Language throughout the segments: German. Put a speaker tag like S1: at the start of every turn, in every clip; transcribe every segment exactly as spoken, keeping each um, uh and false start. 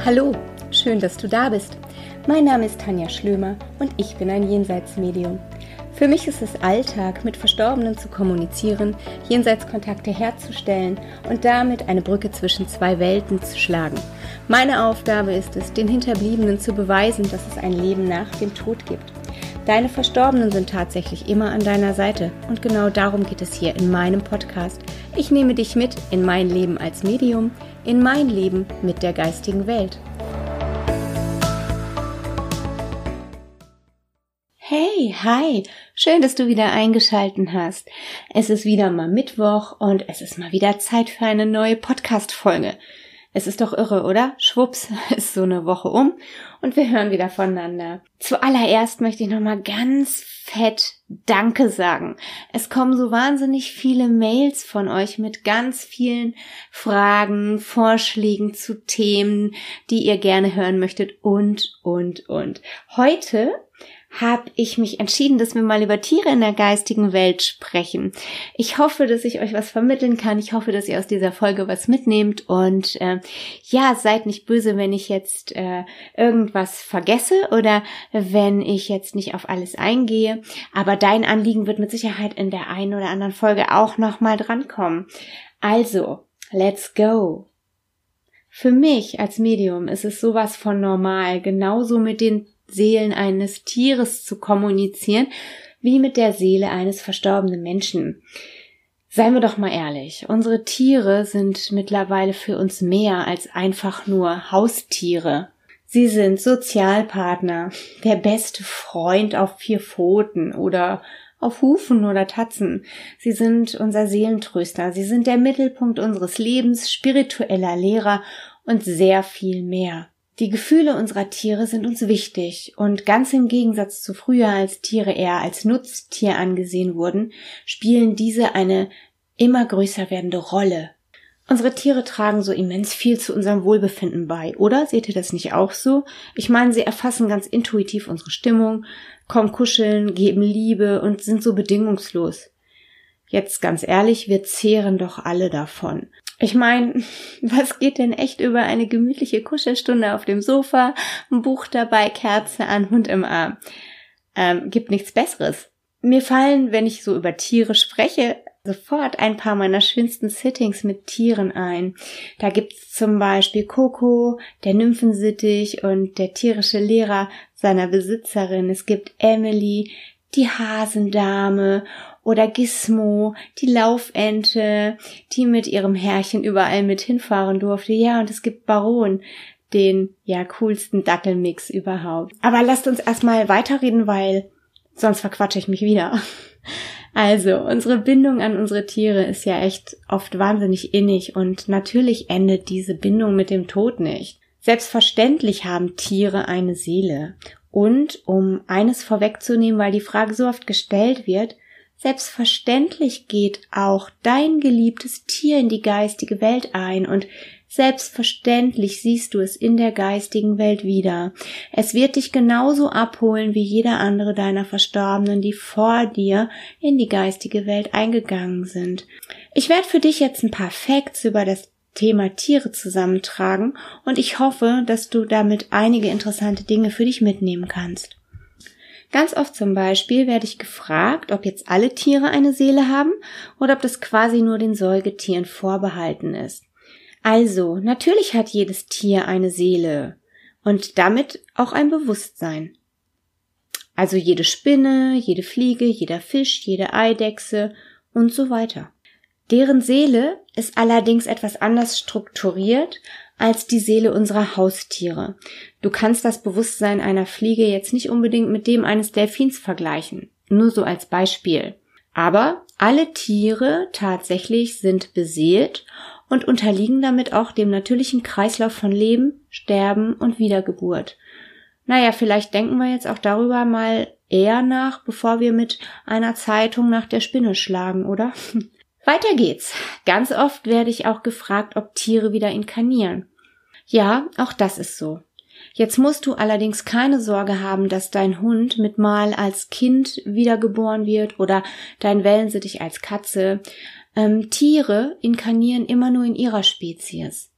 S1: Hallo, schön, dass du da bist. Mein Name ist Tanja Schlömer und ich bin ein Jenseitsmedium. Für mich ist es Alltag, mit Verstorbenen zu kommunizieren, Jenseitskontakte herzustellen und damit eine Brücke zwischen zwei Welten zu schlagen. Meine Aufgabe ist es, den Hinterbliebenen zu beweisen, dass es ein Leben nach dem Tod gibt. Deine Verstorbenen sind tatsächlich immer an deiner Seite und genau darum geht es hier in meinem Podcast. Ich nehme dich mit in mein Leben als Medium, in mein Leben mit der geistigen Welt. Hey, hi, schön, dass du wieder eingeschaltet hast. Es ist wieder mal Mittwoch und es ist mal wieder Zeit für eine neue Podcast-Folge. Es ist doch irre, oder? Schwupps, ist so eine Woche um und wir hören wieder voneinander. Zuallererst möchte ich nochmal ganz fett Danke sagen. Es kommen so wahnsinnig viele Mails von euch mit ganz vielen Fragen, Vorschlägen zu Themen, die ihr gerne hören möchtet und, und, und. Heute habe ich mich entschieden, dass wir mal über Tiere in der geistigen Welt sprechen. Ich hoffe, dass ich euch was vermitteln kann. Ich hoffe, dass ihr aus dieser Folge was mitnehmt. Und äh, ja, seid nicht böse, wenn ich jetzt äh, irgendwas vergesse oder wenn ich jetzt nicht auf alles eingehe. Aber dein Anliegen wird mit Sicherheit in der einen oder anderen Folge auch nochmal drankommen. Also, let's go! Für mich als Medium ist es sowas von normal, genauso mit den Seelen eines Tieres zu kommunizieren, wie mit der Seele eines verstorbenen Menschen. Seien wir doch mal ehrlich, unsere Tiere sind mittlerweile für uns mehr als einfach nur Haustiere. Sie sind Sozialpartner, der beste Freund auf vier Pfoten oder auf Hufen oder Tatzen. Sie sind unser Seelentröster, sie sind der Mittelpunkt unseres Lebens, spiritueller Lehrer und sehr viel mehr. Die Gefühle unserer Tiere sind uns wichtig und ganz im Gegensatz zu früher, als Tiere eher als Nutztier angesehen wurden, spielen diese eine immer größer werdende Rolle. Unsere Tiere tragen so immens viel zu unserem Wohlbefinden bei, oder? Seht ihr das nicht auch so? Ich meine, sie erfassen ganz intuitiv unsere Stimmung, kommen kuscheln, geben Liebe und sind so bedingungslos. Jetzt ganz ehrlich, wir zehren doch alle davon. Ich meine, was geht denn echt über eine gemütliche Kuschelstunde auf dem Sofa, ein Buch dabei, Kerze an, Hund im Arm? Ähm, gibt nichts Besseres. Mir fallen, wenn ich so über Tiere spreche, sofort ein paar meiner schönsten Sittings mit Tieren ein. Da gibt's zum Beispiel Coco, der Nymphensittich und der tierische Lehrer seiner Besitzerin. Es gibt Emily, die Hasendame, oder Gizmo, die Laufente, die mit ihrem Herrchen überall mit hinfahren durfte. Ja, und es gibt Baron, den ja coolsten Dackelmix überhaupt. Aber lasst uns erstmal weiterreden, weil sonst verquatsche ich mich wieder. Also, unsere Bindung an unsere Tiere ist ja echt oft wahnsinnig innig und natürlich endet diese Bindung mit dem Tod nicht. Selbstverständlich haben Tiere eine Seele. Und um eines vorwegzunehmen, weil die Frage so oft gestellt wird, selbstverständlich geht auch dein geliebtes Tier in die geistige Welt ein und selbstverständlich siehst du es in der geistigen Welt wieder. Es wird dich genauso abholen wie jeder andere deiner Verstorbenen, die vor dir in die geistige Welt eingegangen sind. Ich werde für dich jetzt ein paar Facts über das Thema Tiere zusammentragen und ich hoffe, dass du damit einige interessante Dinge für dich mitnehmen kannst. Ganz oft zum Beispiel werde ich gefragt, ob jetzt alle Tiere eine Seele haben oder ob das quasi nur den Säugetieren vorbehalten ist. Also, natürlich hat jedes Tier eine Seele und damit auch ein Bewusstsein. Also jede Spinne, jede Fliege, jeder Fisch, jede Eidechse und so weiter. Deren Seele ist allerdings etwas anders strukturiert als die Seele unserer Haustiere. Du kannst das Bewusstsein einer Fliege jetzt nicht unbedingt mit dem eines Delfins vergleichen, nur so als Beispiel. Aber alle Tiere tatsächlich sind beseelt und unterliegen damit auch dem natürlichen Kreislauf von Leben, Sterben und Wiedergeburt. Naja, vielleicht denken wir jetzt auch darüber mal eher nach, bevor wir mit einer Zeitung nach der Spinne schlagen, oder? Weiter geht's. Ganz oft werde ich auch gefragt, ob Tiere wieder inkarnieren. Ja, auch das ist so. Jetzt musst du allerdings keine Sorge haben, dass dein Hund mit mal als Kind wiedergeboren wird oder dein Wellensittich als Katze. Ähm, Tiere inkarnieren immer nur in ihrer Spezies.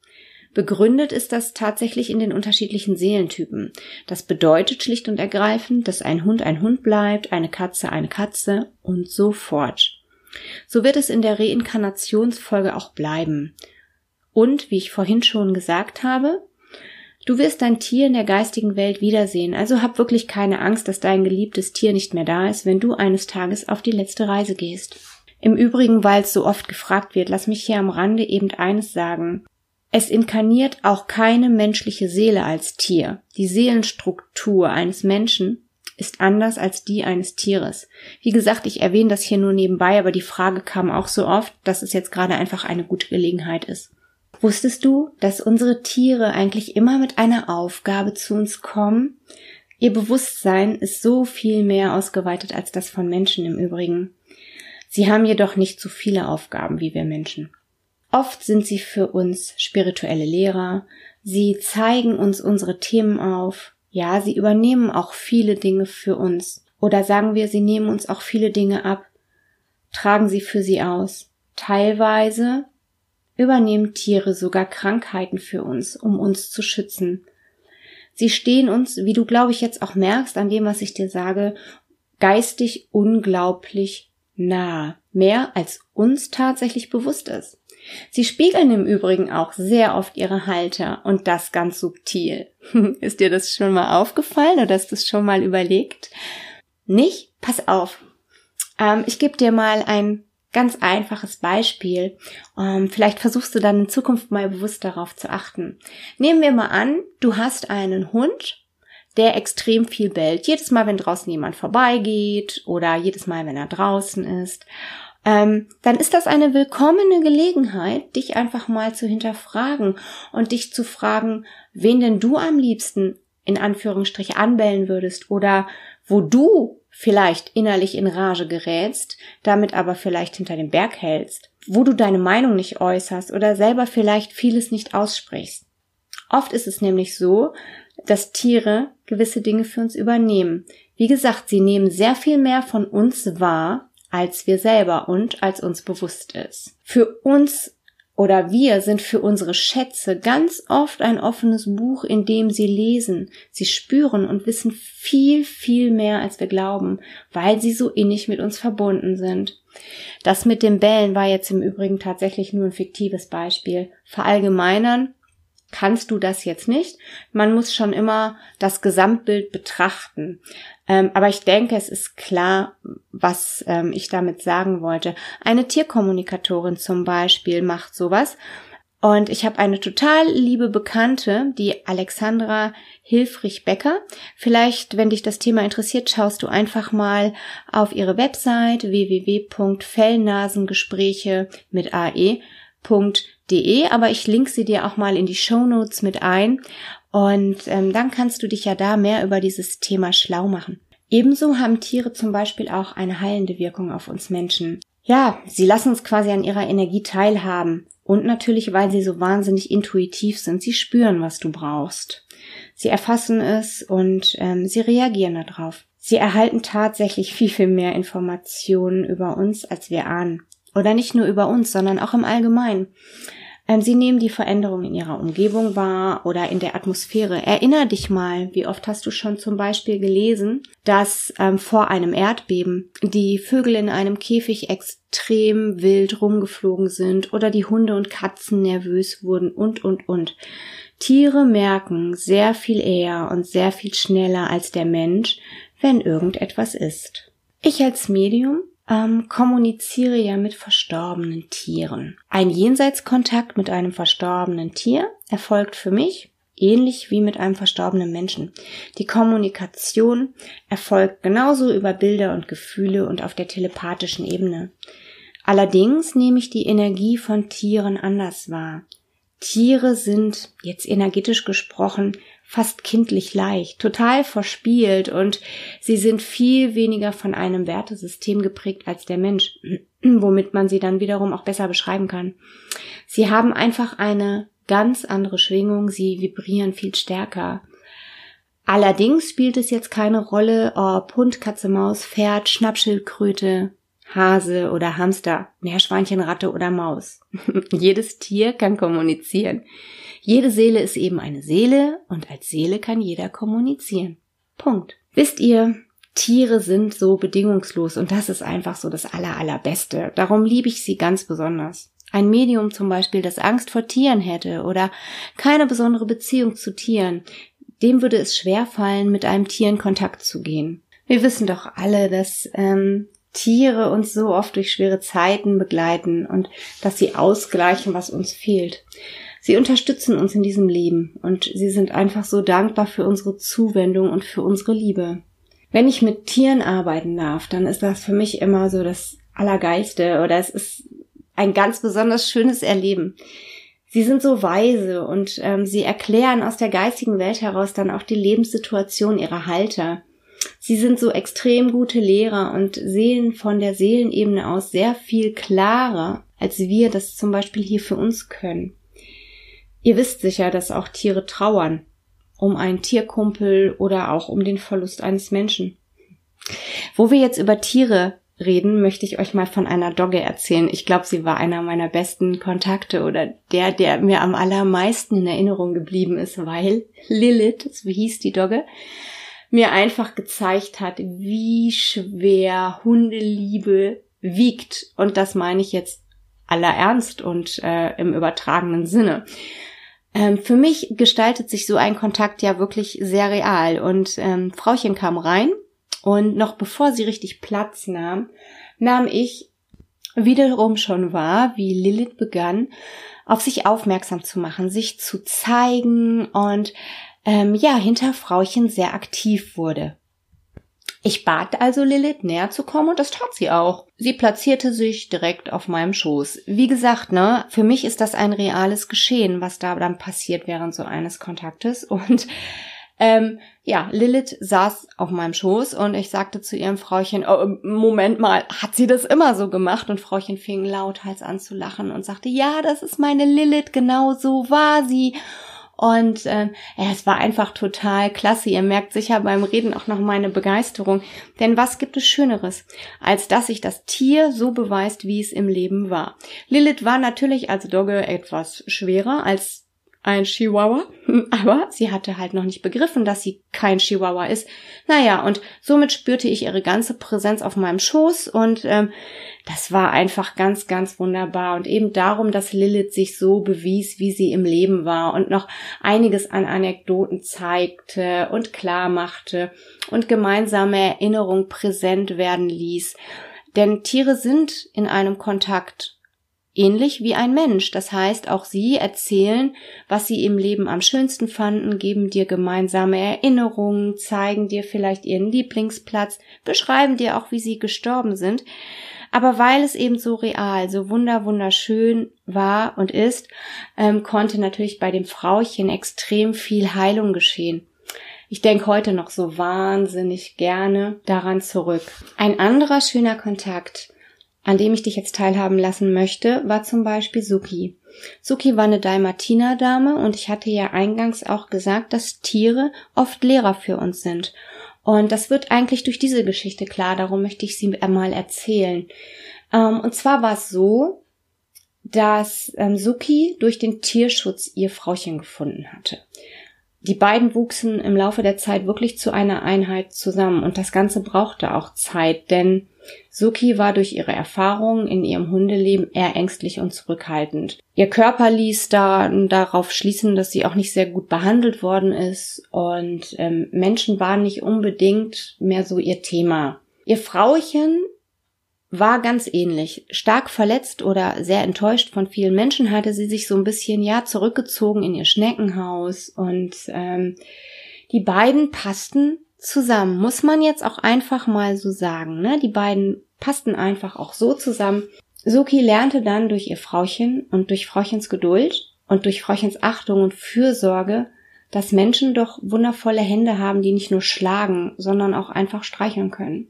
S1: Begründet ist das tatsächlich in den unterschiedlichen Seelentypen. Das bedeutet schlicht und ergreifend, dass ein Hund ein Hund bleibt, eine Katze eine Katze und so fort. So wird es in der Reinkarnationsfolge auch bleiben. Und, wie ich vorhin schon gesagt habe, du wirst dein Tier in der geistigen Welt wiedersehen, also hab wirklich keine Angst, dass dein geliebtes Tier nicht mehr da ist, wenn du eines Tages auf die letzte Reise gehst. Im Übrigen, weil es so oft gefragt wird, lass mich hier am Rande eben eines sagen. Es inkarniert auch keine menschliche Seele als Tier. Die Seelenstruktur eines Menschen ist anders als die eines Tieres. Wie gesagt, ich erwähne das hier nur nebenbei, aber die Frage kam auch so oft, dass es jetzt gerade einfach eine gute Gelegenheit ist. Wusstest du, dass unsere Tiere eigentlich immer mit einer Aufgabe zu uns kommen? Ihr Bewusstsein ist so viel mehr ausgeweitet als das von Menschen im Übrigen. Sie haben jedoch nicht so viele Aufgaben wie wir Menschen. Oft sind sie für uns spirituelle Lehrer, sie zeigen uns unsere Themen auf, ja, sie übernehmen auch viele Dinge für uns. Oder sagen wir, sie nehmen uns auch viele Dinge ab, tragen sie für sie aus. Teilweise übernehmen Tiere sogar Krankheiten für uns, um uns zu schützen. Sie stehen uns, wie du glaube ich jetzt auch merkst, an dem, was ich dir sage, geistig unglaublich nahe. Mehr als uns tatsächlich bewusst ist. Sie spiegeln im Übrigen auch sehr oft ihre Halter und das ganz subtil. Ist dir das schon mal aufgefallen oder hast du es schon mal überlegt? Nicht? Pass auf. Ähm, ich gebe dir mal ein ganz einfaches Beispiel. Ähm, vielleicht versuchst du dann in Zukunft mal bewusst darauf zu achten. Nehmen wir mal an, du hast einen Hund, der extrem viel bellt. Jedes Mal, wenn draußen jemand vorbeigeht oder jedes Mal, wenn er draußen ist. Ähm, dann ist das eine willkommene Gelegenheit, dich einfach mal zu hinterfragen und dich zu fragen, wen denn du am liebsten in Anführungsstriche anbellen würdest oder wo du vielleicht innerlich in Rage gerätst, damit aber vielleicht hinter dem Berg hältst, wo du deine Meinung nicht äußerst oder selber vielleicht vieles nicht aussprichst. Oft ist es nämlich so, dass Tiere gewisse Dinge für uns übernehmen. Wie gesagt, sie nehmen sehr viel mehr von uns wahr, als wir selber und als uns bewusst ist. Für uns oder wir sind für unsere Schätze ganz oft ein offenes Buch, in dem sie lesen. Sie spüren und wissen viel, viel mehr, als wir glauben, weil sie so innig mit uns verbunden sind. Das mit dem Bellen war jetzt im Übrigen tatsächlich nur ein fiktives Beispiel. Verallgemeinern kannst du das jetzt nicht. Man muss schon immer das Gesamtbild betrachten. Ähm, aber ich denke, es ist klar, was ähm, ich damit sagen wollte. Eine Tierkommunikatorin zum Beispiel macht sowas. Und ich habe eine total liebe Bekannte, die Alexandra Hilfrich-Becker. Vielleicht, wenn dich das Thema interessiert, schaust du einfach mal auf ihre Website w w w punkt fellnasengespräche mit ae punkt de, aber ich link sie dir auch mal in die Shownotes mit ein und ähm, dann kannst du dich ja da mehr über dieses Thema schlau machen. Ebenso haben Tiere zum Beispiel auch eine heilende Wirkung auf uns Menschen. Ja, sie lassen uns quasi an ihrer Energie teilhaben und natürlich, weil sie so wahnsinnig intuitiv sind, sie spüren, was du brauchst. Sie erfassen es und ähm, sie reagieren darauf. Sie erhalten tatsächlich viel, viel mehr Informationen über uns, als wir ahnen. Oder nicht nur über uns, sondern auch im Allgemeinen. Ähm, sie nehmen die Veränderungen in ihrer Umgebung wahr oder in der Atmosphäre. Erinner dich mal, wie oft hast du schon zum Beispiel gelesen, dass ähm, vor einem Erdbeben die Vögel in einem Käfig extrem wild rumgeflogen sind oder die Hunde und Katzen nervös wurden und, und, und. Tiere merken sehr viel eher und sehr viel schneller als der Mensch, wenn irgendetwas ist. Ich als Medium Ähm, kommuniziere ja mit verstorbenen Tieren. Ein Jenseitskontakt mit einem verstorbenen Tier erfolgt für mich ähnlich wie mit einem verstorbenen Menschen. Die Kommunikation erfolgt genauso über Bilder und Gefühle und auf der telepathischen Ebene. Allerdings nehme ich die Energie von Tieren anders wahr. Tiere sind, jetzt energetisch gesprochen, fast kindlich leicht, total verspielt und sie sind viel weniger von einem Wertesystem geprägt als der Mensch, womit man sie dann wiederum auch besser beschreiben kann. Sie haben einfach eine ganz andere Schwingung, sie vibrieren viel stärker. Allerdings spielt es jetzt keine Rolle, ob Hund, Katze, Maus, Pferd, Schnappschildkröte, Hase oder Hamster, Meerschweinchen, Ratte oder Maus. Jedes Tier kann kommunizieren. Jede Seele ist eben eine Seele und als Seele kann jeder kommunizieren. Punkt. Wisst ihr, Tiere sind so bedingungslos und das ist einfach so das Aller, Allerbeste. Darum liebe ich sie ganz besonders. Ein Medium zum Beispiel, das Angst vor Tieren hätte oder keine besondere Beziehung zu Tieren, dem würde es schwerfallen, mit einem Tier in Kontakt zu gehen. Wir wissen doch alle, dass ähm, Tiere uns so oft durch schwere Zeiten begleiten und dass sie ausgleichen, was uns fehlt. Sie unterstützen uns in diesem Leben und sie sind einfach so dankbar für unsere Zuwendung und für unsere Liebe. Wenn ich mit Tieren arbeiten darf, dann ist das für mich immer so das Allergeilste oder es ist ein ganz besonders schönes Erleben. Sie sind so weise und ähm, sie erklären aus der geistigen Welt heraus dann auch die Lebenssituation ihrer Halter. Sie sind so extrem gute Lehrer und sehen von der Seelenebene aus sehr viel klarer, als wir das zum Beispiel hier für uns können. Ihr wisst sicher, dass auch Tiere trauern, um einen Tierkumpel oder auch um den Verlust eines Menschen. Wo wir jetzt über Tiere reden, möchte ich euch mal von einer Dogge erzählen. Ich glaube, sie war einer meiner besten Kontakte oder der, der mir am allermeisten in Erinnerung geblieben ist, weil Lilith, so hieß die Dogge, mir einfach gezeigt hat, wie schwer Hundeliebe wiegt. Und das meine ich jetzt aller Ernst und äh, im übertragenen Sinne. Ähm, für mich gestaltet sich so ein Kontakt ja wirklich sehr real. Und ähm, Frauchen kam rein und noch bevor sie richtig Platz nahm, nahm ich wiederum schon wahr, wie Lilith begann, auf sich aufmerksam zu machen, sich zu zeigen und ähm, ja, hinter Frauchen sehr aktiv wurde. Ich bat also Lilith, näher zu kommen und das tat sie auch. Sie platzierte sich direkt auf meinem Schoß. Wie gesagt, ne, für mich ist das ein reales Geschehen, was da dann passiert während so eines Kontaktes. Und ähm, ja, Lilith saß auf meinem Schoß und ich sagte zu ihrem Frauchen, oh, Moment mal, hat sie das immer so gemacht? Und Frauchen fing lauthals an zu lachen und sagte, ja, das ist meine Lilith, genau so war sie. Und äh, ja, es war einfach total klasse. Ihr merkt sicher beim Reden auch noch meine Begeisterung. Denn was gibt es Schöneres, als dass sich das Tier so beweist, wie es im Leben war. Lilith war natürlich als Dogge etwas schwerer als ein Chihuahua, aber sie hatte halt noch nicht begriffen, dass sie kein Chihuahua ist. Naja, und somit spürte ich ihre ganze Präsenz auf meinem Schoß und ähm, das war einfach ganz, ganz wunderbar. Und eben darum, dass Lilith sich so bewies, wie sie im Leben war und noch einiges an Anekdoten zeigte und klar machte und gemeinsame Erinnerungen präsent werden ließ. Denn Tiere sind in einem Kontakt ähnlich wie ein Mensch. Das heißt, auch sie erzählen, was sie im Leben am schönsten fanden, geben dir gemeinsame Erinnerungen, zeigen dir vielleicht ihren Lieblingsplatz, beschreiben dir auch, wie sie gestorben sind. Aber weil es eben so real, so wunder wunderschön war und ist, ähm, konnte natürlich bei dem Frauchen extrem viel Heilung geschehen. Ich denke heute noch so wahnsinnig gerne daran zurück. Ein anderer schöner Kontakt, an dem ich dich jetzt teilhaben lassen möchte, war zum Beispiel Suki. Suki war eine Dalmatiner-Dame und ich hatte ja eingangs auch gesagt, dass Tiere oft Lehrer für uns sind. Und das wird eigentlich durch diese Geschichte klar, darum möchte ich sie einmal erzählen. Ähm, und zwar war es so, dass ähm, Suki durch den Tierschutz ihr Frauchen gefunden hatte. Die beiden wuchsen im Laufe der Zeit wirklich zu einer Einheit zusammen und das Ganze brauchte auch Zeit, denn Suki war durch ihre Erfahrungen in ihrem Hundeleben eher ängstlich und zurückhaltend. Ihr Körper ließ da darauf schließen, dass sie auch nicht sehr gut behandelt worden ist und ähm, Menschen waren nicht unbedingt mehr so ihr Thema. Ihr Frauchen war ganz ähnlich. Stark verletzt oder sehr enttäuscht von vielen Menschen hatte sie sich so ein bisschen, ja, zurückgezogen in ihr Schneckenhaus und ähm, die beiden passten zusammen. Muss man jetzt auch einfach mal so sagen, ne? Die beiden passten einfach auch so zusammen. Suki lernte dann durch ihr Frauchen und durch Frauchens Geduld und durch Frauchens Achtung und Fürsorge, dass Menschen doch wundervolle Hände haben, die nicht nur schlagen, sondern auch einfach streicheln können.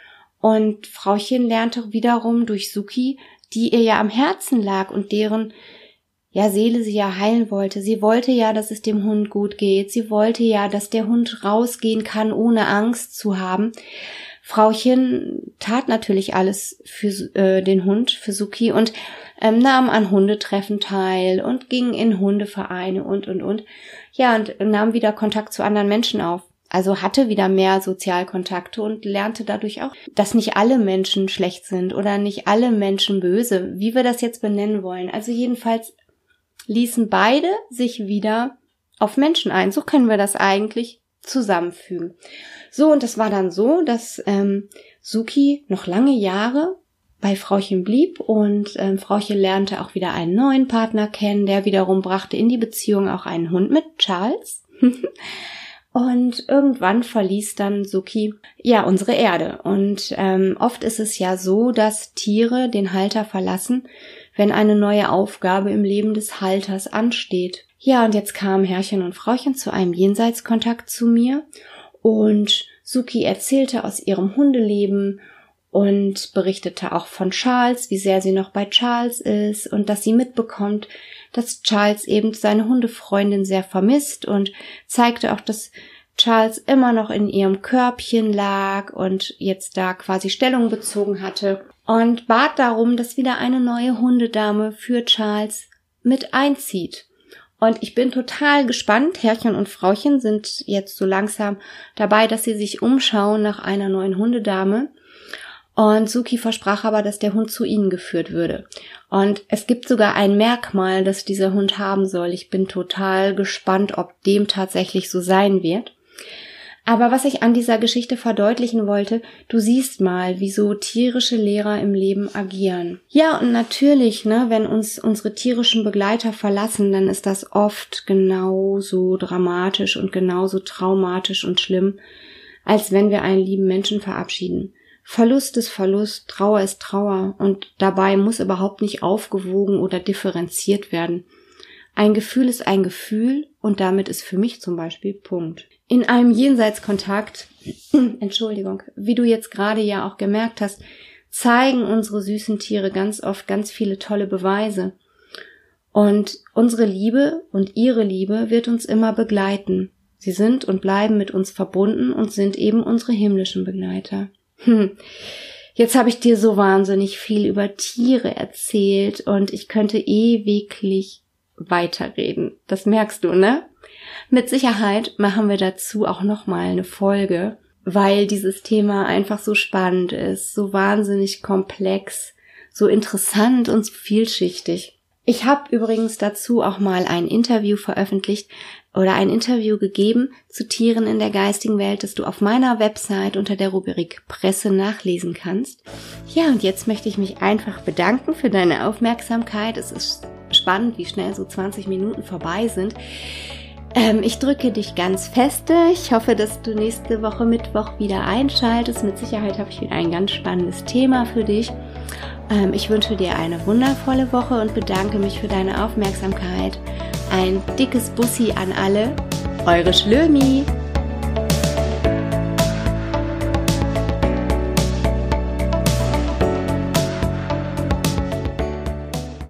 S1: Und Frauchen lernte wiederum durch Suki, die ihr ja am Herzen lag und deren ja Seele sie ja heilen wollte. Sie wollte ja, dass es dem Hund gut geht. Sie wollte ja, dass der Hund rausgehen kann, ohne Angst zu haben. Frauchen tat natürlich alles für äh, den Hund, für Suki, und ähm, nahm an Hundetreffen teil und ging in Hundevereine und, und, und. Ja, und nahm wieder Kontakt zu anderen Menschen auf. Also hatte wieder mehr Sozialkontakte und lernte dadurch auch, dass nicht alle Menschen schlecht sind oder nicht alle Menschen böse, wie wir das jetzt benennen wollen. Also jedenfalls ließen beide sich wieder auf Menschen ein. So können wir das eigentlich zusammenfügen. So, und das war dann so, dass ähm, Suki noch lange Jahre bei Frauchen blieb und ähm, Frauchen lernte auch wieder einen neuen Partner kennen, der wiederum brachte in die Beziehung auch einen Hund mit, Charles. Und irgendwann verließ dann Suki ja unsere Erde. Und ähm, oft ist es ja so, dass Tiere den Halter verlassen, wenn eine neue Aufgabe im Leben des Halters ansteht. Ja, und jetzt kamen Herrchen und Frauchen zu einem Jenseitskontakt zu mir und Suki erzählte aus ihrem Hundeleben und berichtete auch von Charles, wie sehr sie noch bei Charles ist und dass sie mitbekommt, dass Charles eben seine Hundefreundin sehr vermisst, und zeigte auch, dass Charles immer noch in ihrem Körbchen lag und jetzt da quasi Stellung bezogen hatte, und bat darum, dass wieder eine neue Hundedame für Charles mit einzieht. Und ich bin total gespannt. Herrchen und Frauchen sind jetzt so langsam dabei, dass sie sich umschauen nach einer neuen Hundedame. Und Suki versprach aber, dass der Hund zu ihnen geführt würde. Und es gibt sogar ein Merkmal, das dieser Hund haben soll. Ich bin total gespannt, ob dem tatsächlich so sein wird. Aber was ich an dieser Geschichte verdeutlichen wollte, du siehst mal, wie so tierische Lehrer im Leben agieren. Ja, und natürlich, ne, wenn uns unsere tierischen Begleiter verlassen, dann ist das oft genauso dramatisch und genauso traumatisch und schlimm, als wenn wir einen lieben Menschen verabschieden. Verlust ist Verlust, Trauer ist Trauer, und dabei muss überhaupt nicht aufgewogen oder differenziert werden. Ein Gefühl ist ein Gefühl, und damit ist für mich zum Beispiel Punkt. In einem Jenseitskontakt, Entschuldigung, wie du jetzt gerade ja auch gemerkt hast, zeigen unsere süßen Tiere ganz oft ganz viele tolle Beweise. Und unsere Liebe und ihre Liebe wird uns immer begleiten. Sie sind und bleiben mit uns verbunden und sind eben unsere himmlischen Begleiter. Hm. Jetzt habe ich dir so wahnsinnig viel über Tiere erzählt und ich könnte ewiglich weiterreden. Das merkst du, ne? Mit Sicherheit machen wir dazu auch nochmal eine Folge, weil dieses Thema einfach so spannend ist, so wahnsinnig komplex, so interessant und so vielschichtig. Ich habe übrigens dazu auch mal ein Interview veröffentlicht oder ein Interview gegeben zu Tieren in der geistigen Welt, das du auf meiner Website unter der Rubrik Presse nachlesen kannst. Ja, und jetzt möchte ich mich einfach bedanken für deine Aufmerksamkeit. Es ist spannend, wie schnell so zwanzig Minuten vorbei sind. Ähm, ich drücke dich ganz feste. Ich hoffe, dass du nächste Woche Mittwoch wieder einschaltest. Mit Sicherheit habe ich wieder ein ganz spannendes Thema für dich. Ähm, ich wünsche dir eine wundervolle Woche und bedanke mich für deine Aufmerksamkeit. Ein dickes Bussi an alle. Eure Schlömi.